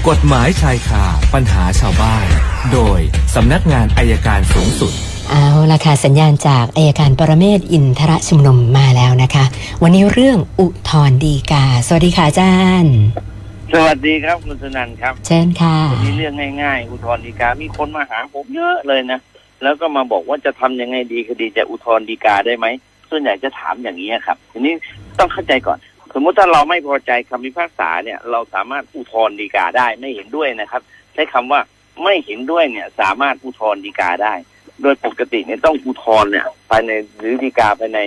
กฎหมายชายคาปัญหาชาวบ้านโดยสำนักงานอัยการสูงสุดเอาล่ะค่ะสัญญาณจากอัยการปรเมศวร์อินทรชุมนุมมาแล้วนะคะวันนี้เรื่องอุทธรณ์ฎีกาสวัสดีค่ะอาจารย์สวัสดีครับคุณสนันท์ครับเชิญค่ะวันนี้เรื่องง่ายๆอุทธรณ์ฎีกามีคนมาหาผมเยอะเลยนะแล้วก็มาบอกว่าจะทำยังไงดีคดีจะอุทธรณ์ฎีกาได้ไหมส่วนใหญ่จะถามอย่างนี้ครับทีนี้ต้องเข้าใจก่อนสมมติถ้าเราไม่พอใจคำพิพากษาเนี่ยเราสามารถอุทธรณ์ฎีกาได้ไม่เห็นด้วยนะครับใช้คำว่าไม่เห็นด้วยเนี่ยสามารถอุทธรณ์ฎีกาได้โดยปกติเนี่ยต้องอุทธรณ์เนี่ยภายในหรือฎีกาภายใน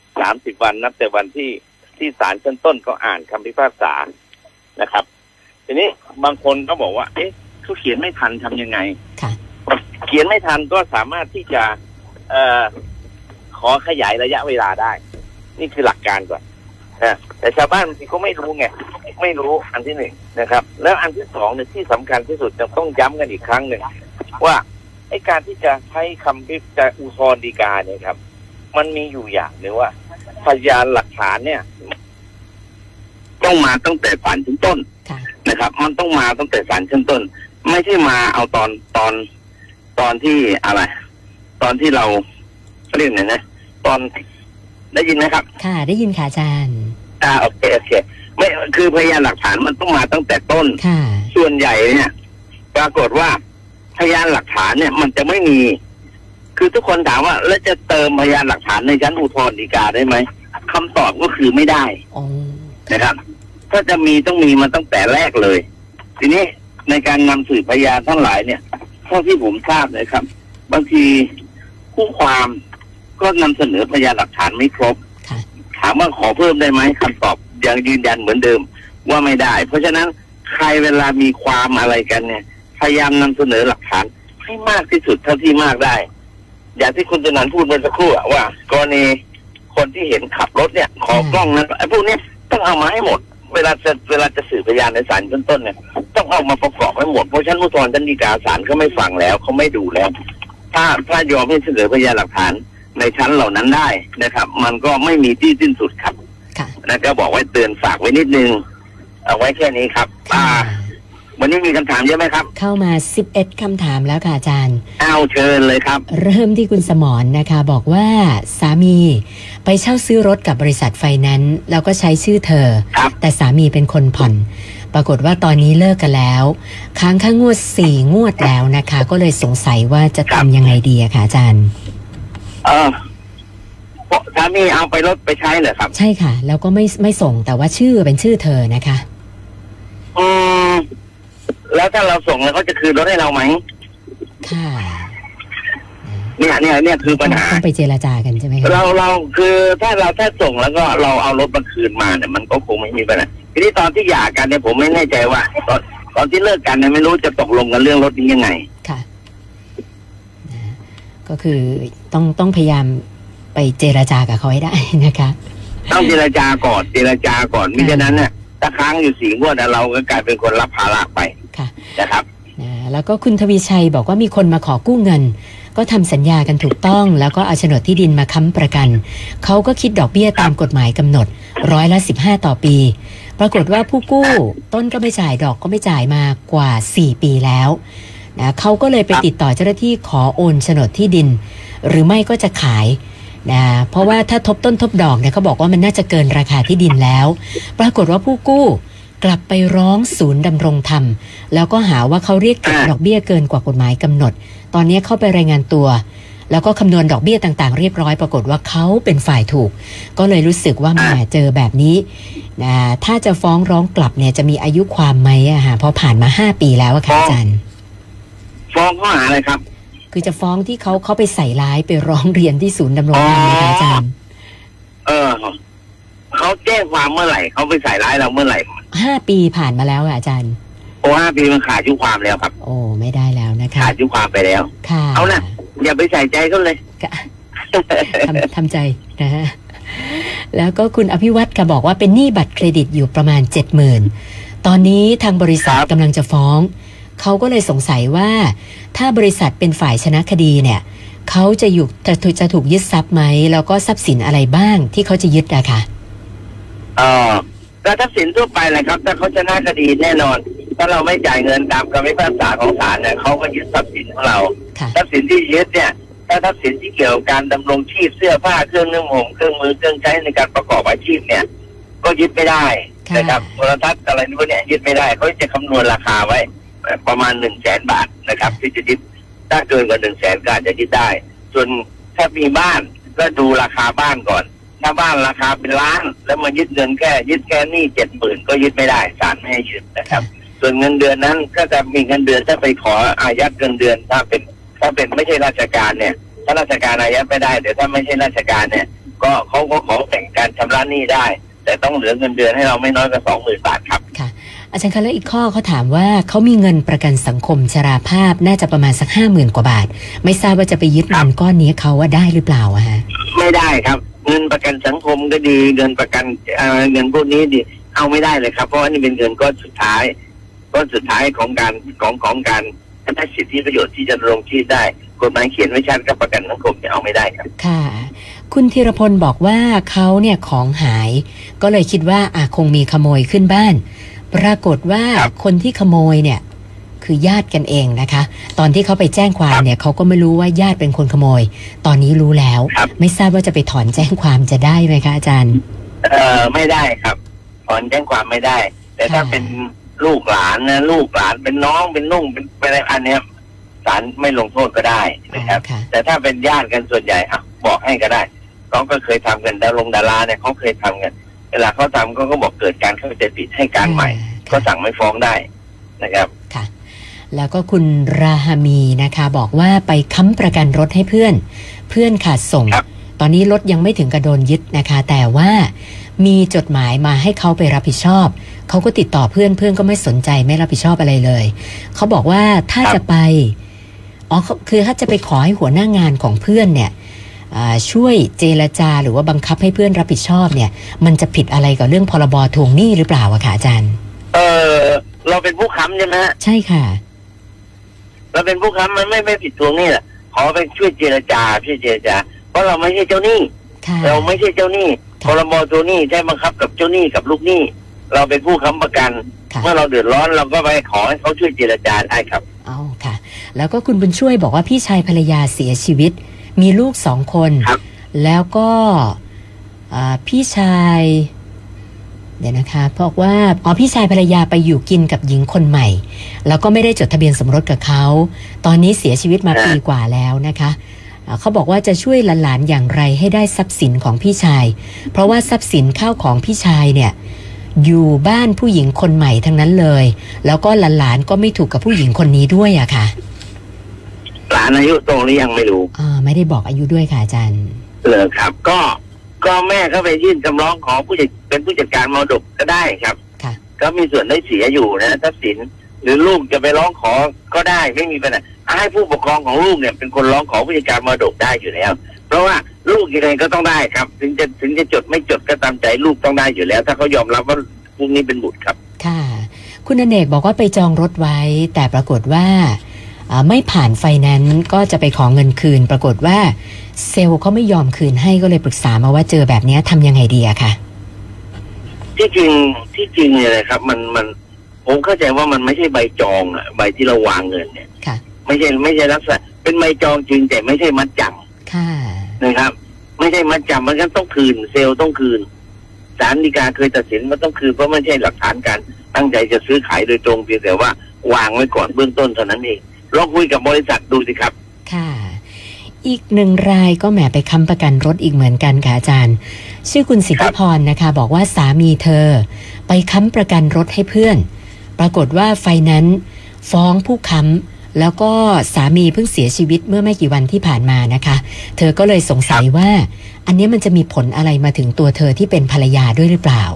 30 วันนับแต่วันที่ศาลชั้นต้นก็อ่านคำพิพากษานะครับทีนี้บางคนก็บอกว่าเอ๊ะเขาเขียนไม่ทันทำยังไงเขียนไม่ทันก็สามารถที่จะขอขยายระยะเวลาได้นี่คือหลักการก่อนแต่ชาวบ้านบางทีเขาไม่รู้ไงไม่รู้อันที่หนึ่งนะครับแล้วอันที่สองเนี่ยที่สำคัญที่สุดจะต้องย้ำกันอีกครั้งหนึ่งว่าไอ้การที่จะใช้คำพิจารณาอุทธรณ์ฎีกาเนี่ยครับมันมีอยู่อย่างหนึ่งว่าพยานหลักฐานเนี่ยต้องมาตั้งแต่ศาลชั้นต้นนะครับมันต้องมาตั้งแต่ศาลชั้นต้นไม่ใช่มาเอาตอนที่อะไรตอนที่เราเรียกไงนะตอนได้ยินไหมครับค่ะได้ยินค่ะอาจารย์โอเคไม่คือพยานหลักฐานมันต้องมาตั้งแต่ต้นส่วนใหญ่เนี่ยปรากฏว่าพยานหลักฐานเนี่ยมันจะไม่มีคือทุกคนถามว่าแล้วจะเติมพยานหลักฐานในชั้นอุทธรณ์ฎีกาได้ไหมคำตอบก็คือไม่ได้นะครับถ้าจะมีต้องมีมาตั้งแต่แรกเลยทีนี้ในการนำสืบพยานทั้งหลายเนี่ยเท่าที่ผมทราบเลยครับบางทีผู้ความก็นำเสนอพยานหลักฐานไม่ครบถามว่าขอเพิ่มได้ไหมคำตอบยังยืนยันเหมือนเดิมว่าไม่ได้เพราะฉะนั้นใครเวลามีความอะไรกันเนี่ยพยายามนำเสนอหลักฐานให้มากที่สุดเท่าที่มากได้อย่างที่คุณตนันพูดเมื่อสักครู่ว่ากรณีคนที่เห็นขับรถเนี่ยขอกล้องนั้นไอ้พวกนี้ต้องเอามาให้หมดเวลาจะสืบพยานในศาลชั้นต้นเนี่ยต้องเอามาประกอบให้หมดเพราะชั้นอุทธรณ์ชั้นฎีกาศาลเขาไม่ฟังแล้วเขาไม่ดูแล้วถ้ายอมให้เสนอพยานหลักฐานในชั้นเหล่านั้นได้นะครับมันก็ไม่มีที่สิ้นสุดครับนะก็บอกไว้เตือนฝากไว้นิดนึงเอาไว้แค่นี้ครับวันนี้มีคำถามเยอะไหมครับเข้ามา11คำถามแล้วค่ะอาจารย์เอาเชิญเลยครับเริ่มที่คุณสมรนะคะบอกว่าสามีไปเช่าซื้อรถกับบริษัทไฟแนนซ์แล้วก็ใช้ชื่อเธอแต่สามีเป็นคนผ่อนปรากฏว่าตอนนี้เลิกกันแล้วค้างค่างวด4 งวดแล้วนะคะก็เลยสงสัยว่าจะทำยังไงดีอะค่ะอาจารย์สามีเอาไปรถไปใช้เหรอครับใช่ค่ะแล้วก็ไม่ส่งแต่ว่าชื่อเป็นชื่อเธอนะคะแล้วถ้าเราส่งแล้วเขาจะคืนรถให้เราไหมค่ะเนี่ยคือปัญหาต้องไปเจรจากันใช่ไหมครับเราคือถ้าส่งแล้วก็เราเอารถมาคืนมาเนี่ยมันก็คงไม่มีปัญหาทีนี้ตอนที่หย่ากันเนี่ยผมไม่แน่ใจว่าตอนที่เลิกกันเนี่ยไม่รู้จะตกลงกันเรื่องรถนี้ยังไงค่ะก็คือต้องพยายามไปเจรจากับเขาให้ได้นะคะต้องเจรจาก่อนมิฉะนั้นเนี่ยถ้าค้างอยู่4 งวดเราก็กลายเป็นคนรับภาระไปนะครับแล้วก็คุณทวีชัยบอกว่ามีคนมาขอกู้เงินก็ทำสัญญากันถูกต้องแล้วก็เอาโฉนดที่ดินมาค้ำประกันเขาก็คิดดอกเบี้ยตามกฎหมายกำหนด15%ต่อปีปรากฏว่าผู้กู้ต้นก็ไม่จ่ายดอกก็ไม่จ่ายมากว่า4 ปีแล้วนะเขาก็เลยไปติดต่อเจ้าหน้าที่ขอโอนโฉนดที่ดินหรือไม่ก็จะขายนะเพราะว่าถ้าทบต้นทบดอกเนี่ยเขาบอกว่ามันน่าจะเกินราคาที่ดินแล้วปรากฏว่าผู้กู้กลับไปร้องศูนย์ดำรงธรรมแล้วก็หาว่าเขาเรียกเก็บดอกเบี้ยเกินกว่ากฎหมายกำหนดตอนนี้เข้าไปรายงานตัวแล้วก็คำนวณดอกเบี้ยต่างๆเรียบร้อยปรากฏว่าเขาเป็นฝ่ายถูกก็เลยรู้สึกว่าแหมเจอแบบนี้นะถ้าจะฟ้องร้องกลับเนี่ยจะมีอายุความไหมอะค่ะเพราะผ่านมา5 ปีแล้วอะค่ะอาจารย์ฟ้องข้อหาอะไรครับคือจะฟ้องที่เขาไปใส่ร้ายไปร้องเรียนที่ศูนย์ดำรงธรรมนะคะอาจารย์เขาแจ้งความเมื่อไหร่เขาไปใส่ร้ายเราเมื่อไหร่ 5 ปีผ่านมาแล้วอาจารย์ 5 ปีมันขาดอายุความแล้วครับโอ้ไม่ได้แล้วนะคะขาดอายุความไปแล้วค่ะเอานะอย่าไปใส่ใจเขาเลยทำใจนะฮะแล้วก็คุณอภิวัตรค่ะบอกว่าเป็นหนี้บัตรเครดิตอยู่ประมาณ 70,000 ตอนนี้ทางบริษัทกำลังจะฟ้องเขาก็เลยสงสัยว่าถ้าบริษัทเป็นฝ่ายชนะคดีเนี่ยเขาจะถูกยึดทรัพย์ไหมแล้วก็ทรัพย์สินอะไรบ้างที่เขาจะยึดอะค่ะก็ทรัพย์สินทั่วไปแหละครับถ้าเขาชนะคดีแน่นอนถ้าเราไม่จ่ายเงินตามคำพิพากษาของศาลเนี่ยเขาก็ยึดทรัพย์สินของเราทรัพย์สินที่ยึดเนี่ยถ้าทรัพย์สินที่เกี่ยวกับการดำรงชีพเสื้อผ้าเครื่องนึ่งห่มเครื่องมือเครื่องใช้ในการประกอบอาชีพเนี่ยก็ยึดไม่ได้นะครับโทรทัศน์อะไรพวกนี้ยึดไม่ได้เขาจะคำนวณราคาไว้ประมาณ100,000 บาทนะครับที่จะยึดถ้าเกินกว่า100,000ก็อาจจะยึดได้ส่วนถ้ามีบ้านก็ดูราคาบ้านก่อนถ้าบ้านราคาเป็นล้านแล้วมายึดเงินยึดแค่หนี้70,000ก็ยึดไม่ได้ศาลไม่ให้ยึดนะครับส่วนเงินเดือนนั้นก็จะมีเงินเดือนถ้าไปขออายัดเงินเดือนถ้าเป็นไม่ใช่ราชการเนี่ยถ้าราชการอายัดไม่ได้แต่ถ้าไม่ใช่ราชการเนี่ยก็เขาก็ขอแต่งการชำระหนี้ได้แต่ต้องเหลือเงินเดือนให้เราไม่น้อยกว่า20,000 บาทครับค่ะอาจารย์คะแล้วอีกข้อเขาถามว่าเขามีเงินประกันสังคมชราภาพน่าจะประมาณสัก50,000 กว่าบาทไม่ทราบว่าจะไปยึดเงินก้อนนี้เขาว่าได้หรือเปล่าอะฮะไม่ได้ครับเงินประกันสังคมก็ดีเงินประกันเงินพวกนี้ดีเอาไม่ได้เลยครับเพราะว่านี่เป็นเงินก้อนสุดท้ายของการได้สิทธิประโยชน์ที่จะดำรงชีพได้กฎหมายเขียนไว้ชัดกับประกันสังคมจะเอาไม่ได้ครับค่ะคุณธีรพลบอกว่าเขาเนี่ยของหายก็เลยคิดว่าคงมีขโมยขึ้นบ้านปรากฏว่าคนที่ขโมยเนี่ยคือญาติกันเองนะคะตอนที่เขาไปแจ้งความเนี่ยเขาก็ไม่รู้ว่าญาติเป็นคนขโมยตอนนี้รู้แล้วไม่ทราบว่าจะไปถอนแจ้งความจะได้ไหมคะอาจารย์ไม่ได้ครับถอนแจ้งความไม่ได้แต่ถ้าเป็นลูกหลานนะลูกหลานเป็นน้องเป็นนุ่งเป็นอะไรอันเนี้ยศาลไม่ลงโทษก็ได้นะครับแต่ถ้าเป็นญาติกันส่วนใหญ่บอกให้ก็ได้เขาก็เคยทำกันดาราเนี่ยเขาเคยทำกันเวลาเขาทำก็บอกเกิดการเข้าใจผิดให้การใหม่ก็สั่งไม่ฟ้องได้นะครับค่ะแล้วก็คุณราฮามีนะคะบอกว่าไปค้ำประกันรถให้เพื่อนขาดส่งตอนนี้รถยังไม่ถึงกระโดนยึดนะคะแต่ว่ามีจดหมายมาให้เขาไปรับผิดชอบเขาก็ติดต่อเพื่อนก็ไม่สนใจไม่รับผิดชอบอะไรเลยเขาบอกว่าถ้าจะไปคือถ้าจะไปขอให้หัวหน้างานของเพื่อนเนี่ยช่วยเจรจาหรือว่าบังคับให้เพื่อนรับผิดชอบเนี่ยมันจะผิดอะไรกับเรื่องพรบทวงหนี้หรือเปล่าอะคะอาจารย์เราเป็นผู้ค้ำใช่ไหมใช่ค่ะเราเป็นผู้ค้ำมันไม่ผิดทวงหนี้แหละขอไปช่วยเจรจาเพราะเราไม่ใช่เจ้าหนี้เราไม่ใช่เจ้าหนี้พรบทวงหนี้ใช้บังคับกับเจ้าหนี้กับลูกหนี้เราเป็นผู้ค้ำประกันเมื่อเราเดือดร้อนเราก็ไปขอให้เขาช่วยเจรจาได้ครับค่ะแล้วก็คุณบุญช่วยบอกว่าพี่ชายภรรยาเสียชีวิตมีลูก2 คนแล้วก็พี่ชายเดี๋ยวนะคะบอกว่าพี่ชายภรรยาไปอยู่กินกับหญิงคนใหม่แล้วก็ไม่ได้จดทะเบียนสมรสกับเขาตอนนี้เสียชีวิตมาปีกว่าแล้วนะคะเขาบอกว่าจะช่วยหลานๆอย่างไรให้ได้ทรัพย์สินของพี่ชายเพราะว่าทรัพย์สินข้าวของพี่ชายเนี่ยอยู่บ้านผู้หญิงคนใหม่ทั้งนั้นเลยแล้วก็หลานๆก็ไม่ถูกกับผู้หญิงคนนี้ด้วยอะค่ะหลานอายุโตหรือยังไม่รู้ไม่ได้บอกอายุด้วยค่ะอาจารย์เลยครับก็แม่เขาไปยื่นคำร้องขอเป็นผู้จัดการมรดกก็ได้ครับค่ะก็มีส่วนได้เสียอยู่นะทรัพย์สินหรือลูกจะไปร้องขอก็ได้ไม่มีปัญหาให้ผู้ปกครองของลูกเนี่ยเป็นคนร้องขอผู้จัดการมรดกได้อยู่แล้วเพราะว่าลูกยังไงก็ต้องได้ครับถึงจะจดไม่จดก็ตามใจลูกต้องได้อยู่แล้วถ้าเขายอมรับว่าพวกนี้เป็นบุตรครับค่ะคุณอเนกบอกว่าไปจองรถไว้แต่ปรากฏว่าไม่ผ่านไฟแนนซ์ก็จะไปขอเงินคืนปรากฏว่าเซลล์เขาไม่ยอมคืนให้ก็เลยปรึกษามาว่าเจอแบบนี้ทำยังไงดีอะคะที่จริงเนี่ยนะครับมันผมเข้าใจว่ามันไม่ใช่ใบจองอะใบที่เราวางเงินเนี่ยไม่ใช่ลักษณะเป็นใบจองจริงแต่ไม่ใช่มัดจำนะครับไม่ใช่มัดจำมันก็ต้องคืนเซลล์ต้องคืนศาลฎีกาเคยตัดสินว่าต้องคืนเพราะไม่ใช่หลักฐานการตั้งใจจะซื้อขายโดยตรงเพียงแต่ว่าวางไว้ก่อนเบื้องต้นเท่านั้นเองลองคุยกับบริษัทดูสิครับค่ะอีก1 รายก็แหมไปค้ำประกันรถอีกเหมือนกันค่ะอาจารย์ชื่อคุณสิทธิพรนะคะบอกว่าสามีเธอไปค้ำประกันรถให้เพื่อนปรากฏว่าไฟแนนซ์ฟ้องผู้ค้ำแล้วก็สามีเพิ่งเสียชีวิตเมื่อไม่กี่วันที่ผ่านมานะคะเธอก็เลยสงสัยว่าอันนี้มันจะมีผลอะไรมาถึงตัวเธอที่เป็นภรรยาด้วยหรือเปล่า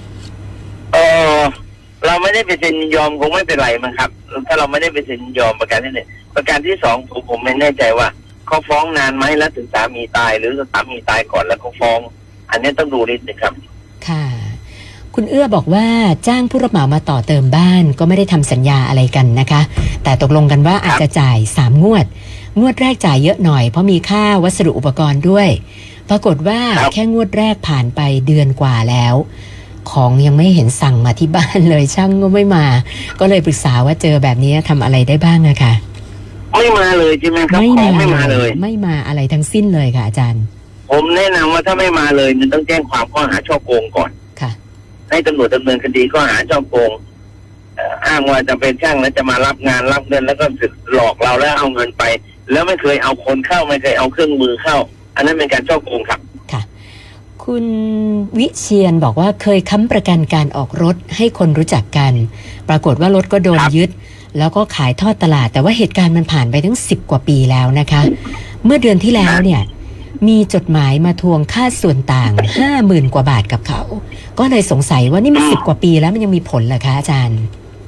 เราไม่ได้ไปเซ็นยินยอมคงไม่เป็นไรมั้งครับถ้าเราไม่ได้ไปเซ็นยินยอมประกันที่1ประการที่2ผมไม่แน่ใจว่าเขาฟ้องนานไหมแล้วถึงสามีตายหรือสามีตายก่อนแล้วเขาฟ้องอันนี้ต้องดูนิดนะครับค่ะคุณเอื้อบอกว่าจ้างผู้รับเหมามาต่อเติมบ้านก็ไม่ได้ทำสัญญาอะไรกันนะคะแต่ตกลงกันว่าอาจจะจ่าย3 งวดแรกจ่ายเยอะหน่อยเพราะมีค่าวัสดุอุปกรณ์ด้วยปรากฏว่าแค่งวดแรกผ่านไปเดือนกว่าแล้วของยังไม่เห็นสั่งมาที่บ้านเลยช่างก็ไม่มาก็เลยปรึกษาว่าเจอแบบนี้ทำอะไรได้บ้างอะค่ะไม่มาเลยใช่ไหมครับของไม่มาเลยไม่มาอะไรทั้งสิ้นเลยค่ะอาจารย์ผมแนะนำว่าถ้าไม่มาเลยมันต้องแจ้งความข้อหาฉ้อโกงก่อนค่ะให้ตำรวจดำเนินคดีข้อหาฉ้อโกงอ้างว่าจะเป็นช่างแล้วจะมารับงานรับเงินแล้วก็หลอกเราแล้วเอาเงินไปแล้วไม่เคยเอาคนเข้าไม่เคยเอาเครื่องมือเข้าอันนั้นเป็นการฉ้อโกงครับค่ะคุณวิเชียรบอกว่าเคยค้ำประกันการออกรถให้คนรู้จักกันปรากฏว่ารถก็โดนยึดแล้วก็ขายทอดตลาดแต่ว่าเหตุการณ์มันผ่านไปถึง10 กว่าปีแล้วนะคะเมื่อเดือนที่แล้วเนี่ยมีจดหมายมาทวงค่าส่วนต่าง 50,000 กว่าบาทกับเขาก็เลยสงสัยว่านี่มัน10 กว่าปีแล้วมันยังมีผลเหรอคะอาจารย์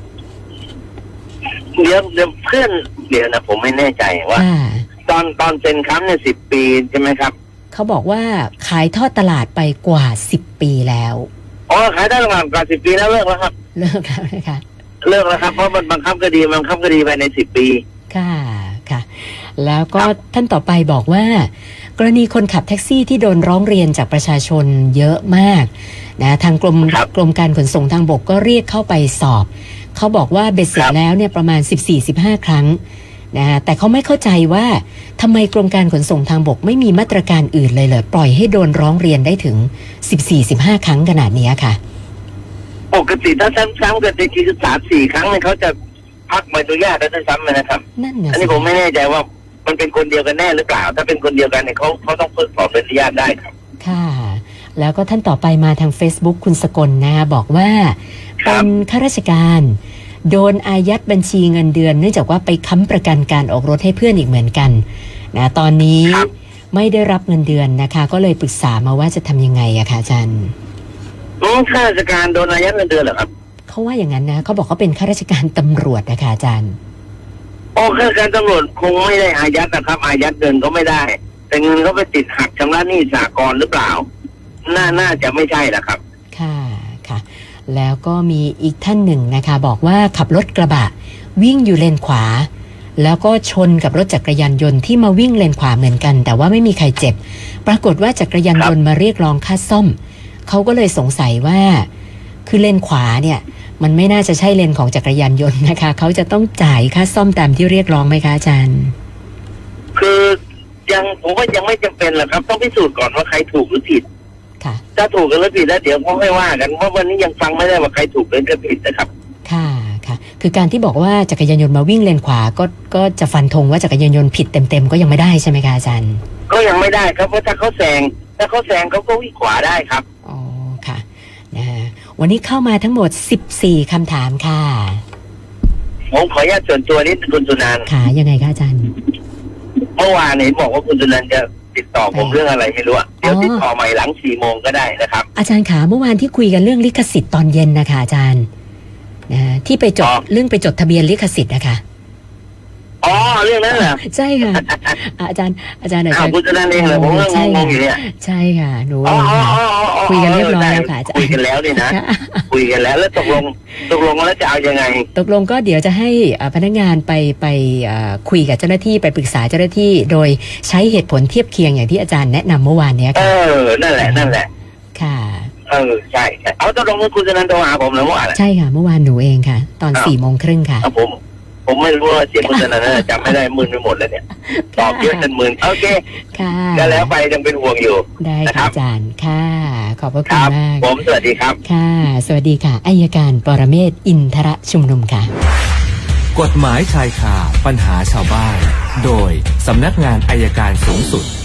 เดี๋ยวเพื่อนเดี๋ยวนะผมไม่แน่ใจว่าตอนเซ็นค้ำเนี่ย10 ปีใช่ไหมครับเขาบอกว่าขายทอดตลาดไปกว่า10 ปีแล้วอ๋อขายทอดตลาดกว่า10 ปีแล้วเลิกแล้วครับเลิกแล้วนะคะเลิกแล้วครับเพราะมันบังคับคดีไปใน10 ปีค่ะค่ะแล้วก็ท่านต่อไปบอกว่ากรณีคนขับแท็กซี่ที่โดนร้องเรียนจากประชาชนเยอะมากนะทางกรมการขนส่งทางบกก็เรียกเข้าไปสอบเขาบอกว่าเบ็ดเสร็จแล้วเนี่ยประมาณ 14-15 ครั้งนะแต่เขาไม่เข้าใจว่าทำไมกรมการขนส่งทางบกไม่มีมาตรการอื่นเลยเหรอปล่อยให้โดนร้องเรียนได้ถึง 14-15 ครั้งขนาดนี้ค่ะปกติถ้าซ้ำๆกันทีคือ 3-4 ครั้งเนี่ยเขาจะพักใบอนุญาตแล้วซ้ำๆนะครับอันนี้ผมไม่แน่ใจว่ามันเป็นคนเดียวกันแน่หรือเปล่าถ้าเป็นคนเดียวกันเนี่ยเขาต้องเพิกถอนใบอนุญาตได้ครับค่ะแล้วก็ท่านต่อไปมาทาง Facebook คุณสกลนะคะบอกว่าเป็นข้าราชการโดนอายัดบัญชีเงินเดือนเนื่องจากว่าไปค้ำประกันการออกรถให้เพื่อนอีกเหมือนกันนะตอนนี้ไม่ได้รับเงินเดือนนะคะก็เลยปรึกษามาว่าจะทำยังไงอะคะอาจารย์ข้าราชการโดนอายัดเงินเดือนเหรอครับเขาว่าอย่างนั้นนะเขาบอกเขาเป็นข้าราชการตำรวจนะคะอาจารย์ข้าราชการตำรวจคงไม่ได้อายัดนะครับอายัดเงินก็ไม่ได้แต่เงินเขาไปติดหักชำระหนี้สหกรณ์หรือเปล่าน่าจะไม่ใช่แหละครับค่ะค่ะแล้วก็มีอีกท่านหนึ่งนะคะบอกว่าขับรถกระบะวิ่งอยู่เลนขวาแล้วก็ชนกับรถจักรยานยนต์ที่มาวิ่งเลนขวาเหมือนกันแต่ว่าไม่มีใครเจ็บปรากฏว่าจักรยานยนต์มาเรียกร้องค่าซ่อมเขาก็เลยสงสัยว่าคือเลนขวาเนี่ยมันไม่น่าจะใช่เลนของจักรยานยนต์นะคะเขาจะต้องจ่ายค่าซ่อมตามที่เรียกร้องไหมคะอาจารย์คือผมว่ายังไม่จำเป็นหรอกครับต้องพิสูจน์ก่อนว่าใครถูกหรือผิดถ้าถูกกันหรือผิดแล้วเดี๋ยวเขาไม่ว่ากันเพราะวันนี้ยังฟังไม่ได้ว่าใครถูกหรือผิดนะครับค่ะค่ะคือการที่บอกว่าจักรยานยนต์มาวิ่งเลนขวาก็จะฟันธงว่าจักรยานยนต์ผิดเต็มๆก็ยังไม่ได้ใช่ไหมคะอาจารย์ก็ยังไม่ได้ครับเพราะถ้าเขาแซงเขาก็วิ่งขวาได้ครับอ๋อค่ะนะวันนี้เข้ามาทั้งหมด14คำถามค่ะผมขออนุญาตส่วนตัวนิดคุณสุนันท์ค่ะยังไงคะอาจารย์เมื่อวานเห็นบอกว่าคุณสุนันท์จะติดต่อผมเรื่องอะไรไม่รู้เดี๋ยวติดต่อใหม่หลัง4 โมงก็ได้นะครับอาจารย์ขาเมื่อวานที่คุยกันเรื่องลิขสิทธิ์ตอนเย็นนะคะอาจารย์ที่ไปจดเรื่องไปจดทะเบียนลิขสิทธิ์นะคะอ๋อเรื่องนั้นเหรอใช่ค่ะอาจารย์คุณจะนั่นเองเหรอผมใช่งงอยู่เนี่ยใช่ค่ะหนูคุยกันเรียบร้อยแล้วค่ะอาจารย์คุยกันแล้วนี่นะคุยกันแล้วตกลงแล้วจะเอายังไงตกลงก็เดี๋ยวจะให้พนักงานไปคุยกับเจ้าหน้าที่ไปปรึกษาเจ้าหน้าที่โดยใช้เหตุผลเทียบเคียงอย่างที่อาจารย์แนะนำเมื่อวานนี้ค่ะนั่นแหละค่ะใช่เอาตกลงคุณจะนั่นโทรหาผมหรือเมื่อวานใช่ค่ะเมื่อวานหนูเองค่ะตอน4 โมงครึ่งค่ะผมไม่รู้ว่าเสียงคุณจะนั่นจำไม่ได้มึนไปหมดเลยเนี่ยตอบเยอะจนมึนโอเคค่ะแล้วไปยังเป็นห่วงอยู่ได้ค่ะอาจารย์ค่ะขอบพระคุณมากผมสวัสดีครับค่ะสวัสดีค่ะอัยการปรเมศวร์อินทรชุมนุมค่ะกฎหมายชายคาปัญหาชาวบ้านโดยสำนักงานอัยการสูงสุด